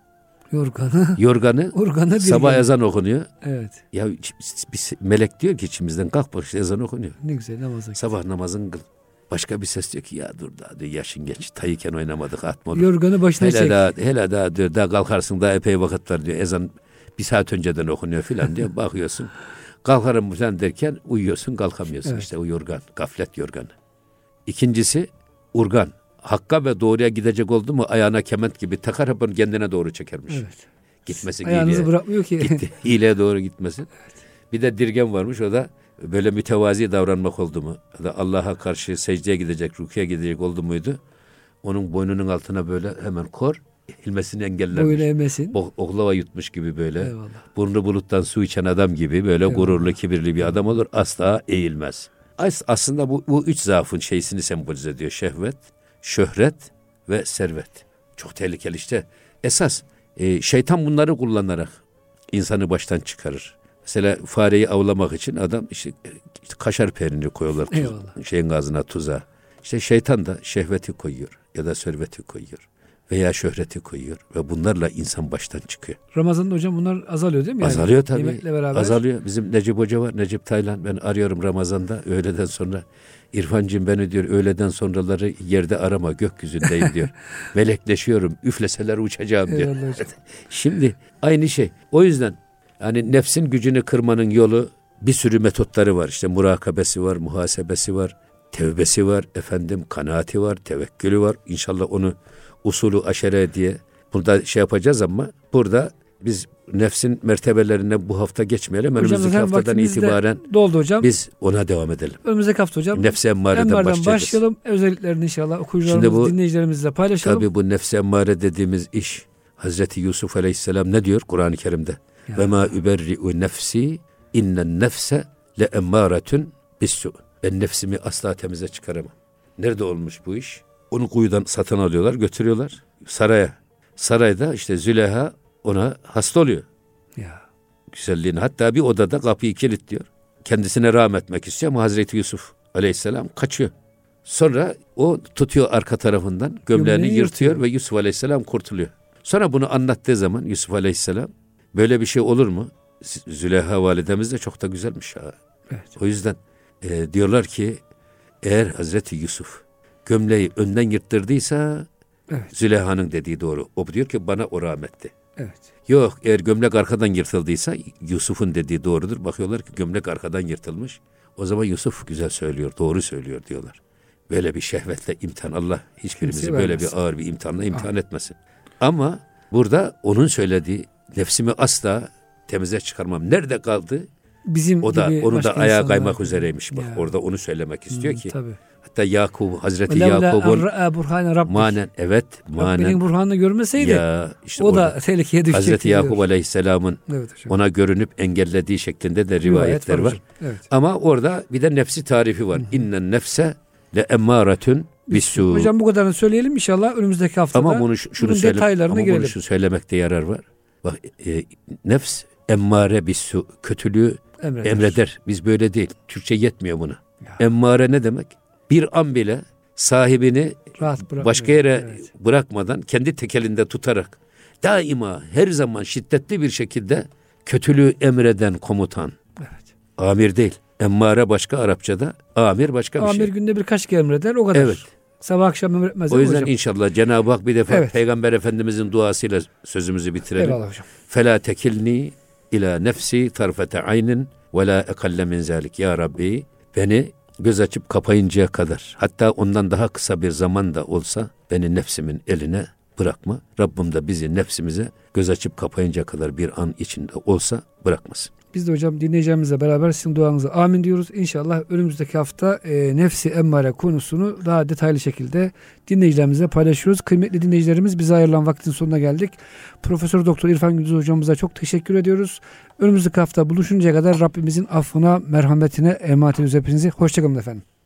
Yorganı urganı sabah ezan okunuyor. Evet. Ya bir melek diyor ki içimizden kalk bak ezan okunuyor. Ne güzel namaza. Sabah namazın kıl. Başka bir ses diyor ki ya dur daha diyor, yaşın geç. Tayıken oynamadık atma olur. Yorganı başına çek. Hele daha diyor daha kalkarsın daha epey vakit var diyor. Ezan 1 saat önceden okunuyor filan diyor. Bakıyorsun kalkarım falan derken uyuyorsun kalkamıyorsun. Evet. İşte o yorgan, gaflet yorganı. İkincisi urgan. Hakka ve doğruya gidecek oldu mu ayağına kement gibi takar hep onu kendine doğru çekermiş. Evet. Gitmesin ayağınızı bırakmıyor ki. İyiliğe doğru gitmesin. Evet. Bir de dirgen varmış, o da böyle mütevazi davranmak oldu mu? Ya da Allah'a karşı secdeye gidecek, rükûya gidecek oldu muydu? Onun boynunun altına böyle hemen kor, eğilmesini engellemiş. Boyun eğmesin. Oklava yutmuş gibi böyle. Eyvallah. Burnu buluttan su içen adam gibi böyle Eyvallah. gururlu, kibirli bir adam olur. Asla eğilmez. Aslında bu üç zaafın şeysini sembolize ediyor. Şehvet, şöhret ve servet. Çok tehlikeli işte. Esas şeytan bunları kullanarak insanı baştan çıkarır. Mesela fareyi avlamak için adam işte kaşar peyniri koyuyorlar şeyin ağzına, tuzağa. İşte şeytan da şehveti koyuyor ya da serveti koyuyor veya şöhreti koyuyor ve bunlarla insan baştan çıkıyor. Ramazan'da hocam bunlar azalıyor değil mi? Yani azalıyor tabii. Yemekle beraber. Azalıyor. Bizim Necip Hoca var. Necip Taylan. Ben arıyorum Ramazan'da öğleden sonra. İrfancığım beni diyor öğleden sonraları yerde arama, gökyüzündeyim diyor. Melekleşiyorum. Üfleseler uçacağım diyor. Şimdi aynı şey. O yüzden hani nefsin gücünü kırmanın yolu bir sürü metotları var. İşte murakabesi var, muhasebesi var, tevbesi var, kanaati var, tevekkülü var. İnşallah onu usulü aşere diye burada şey yapacağız ama burada biz nefsin mertebelerine bu hafta geçmeyelim. Önümüzdeki haftadan itibaren doldu hocam. Biz ona devam edelim. Önümüzdeki hafta hocam nefs-i emmareden başlayalım. Özelliklerini inşallah okuyucularımız, dinleyicilerimizle paylaşalım. Tabii bu nefs-i emmare dediğimiz iş Hazreti Yusuf Aleyhisselam ne diyor Kur'an-ı Kerim'de? Ve ma überri'u nefsi innen nefse le emmâretun bissu. Ben nefsimi asla temize çıkaramam. Nerede olmuş bu iş? Onu kuyudan satın alıyorlar, götürüyorlar saraya. Sarayda işte Züleyha ona hasta oluyor. Ya. Güzelliğini. Hatta bir odada kapıyı kilitliyor. Kendisine rahmetmek istiyor ama Hazreti Yusuf Aleyhisselam kaçıyor. Sonra o tutuyor arka tarafından gömleğini yırtıyor ve Yusuf Aleyhisselam kurtuluyor. Sonra bunu anlattığı zaman Yusuf Aleyhisselam böyle bir şey olur mu? Züleyha validemiz de çok da güzelmiş ha. Evet. O yüzden diyorlar ki eğer Hazreti Yusuf gömleği önden yırttırdıysa Züleyha'nın dediği doğru. O diyor ki bana o rahmetti. Evet. Yok eğer gömlek arkadan yırtıldıysa Yusuf'un dediği doğrudur. Bakıyorlar ki gömlek arkadan yırtılmış. O zaman Yusuf güzel söylüyor, doğru söylüyor diyorlar. Böyle bir şehvetle imtihan Allah hiçbirimizi böyle bir ağır bir imtihanla imtihan etmesin. Ama burada onun söylediği nefsimi asla temize çıkarmam. Nerede kaldı? Bizim o da onu da ayağa kaymak var. üzereymiş bak. Orada onu söylemek istiyor ki. Tabii. Hatta Hazreti Yakub'un manen Rabbinin burhanını görmeseydi işte o da tehlikeye düşecekti. Hazreti Yakub Aleyhisselam'ın ona görünüp engellediği şeklinde de rivayetler var. Evet. Ama orada bir de nefsi tarifi var. İnnen nefse le emmâretun bissu. Hocam bu kadarını söyleyelim inşallah önümüzdeki haftada. Ama bunu şu söylemekte yarar var. Bak nefs emmare bissu, kötülüğü emreder. Biz böyle değil. Türkçe yetmiyor buna. Emmare ne demek? Bir an bile sahibini başka yere bırakmadan kendi tekelinde tutarak daima her zaman şiddetli bir şekilde kötülüğü emreden komutan. Evet. Amir değil. Emmare başka Arapçada, amir başka bir şey. Amir günde birkaç kere emreder o kadar. Evet. Sabah akşam emretmez. O yüzden inşallah Cenab-ı Hak bir defa Peygamber Efendimizin duasıyla sözümüzü bitirelim. Eyvallah hocam. Fela tekilni ila nefsi tarfete aynin ve la ekalle min zalik. Ya Rabbi beni göz açıp kapayıncaya kadar hatta ondan daha kısa bir zaman da olsa beni nefsimin eline bırakma. Rabbim de bizi nefsimize göz açıp kapayıncaya kadar bir an içinde olsa bırakmasın. Biz de hocam dinleyeceğimizle beraber sizin duanıza amin diyoruz. İnşallah önümüzdeki hafta nefsi emmare konusunu daha detaylı şekilde dinleyicilerimizle paylaşıyoruz. Kıymetli dinleyicilerimiz bize ayrılan vaktin sonuna geldik. Profesör Doktor İrfan Gündüz hocamıza çok teşekkür ediyoruz. Önümüzdeki hafta buluşuncaya kadar Rabbimizin affına, merhametine emanet ediyoruz hepinizi. Hoşçakalın efendim.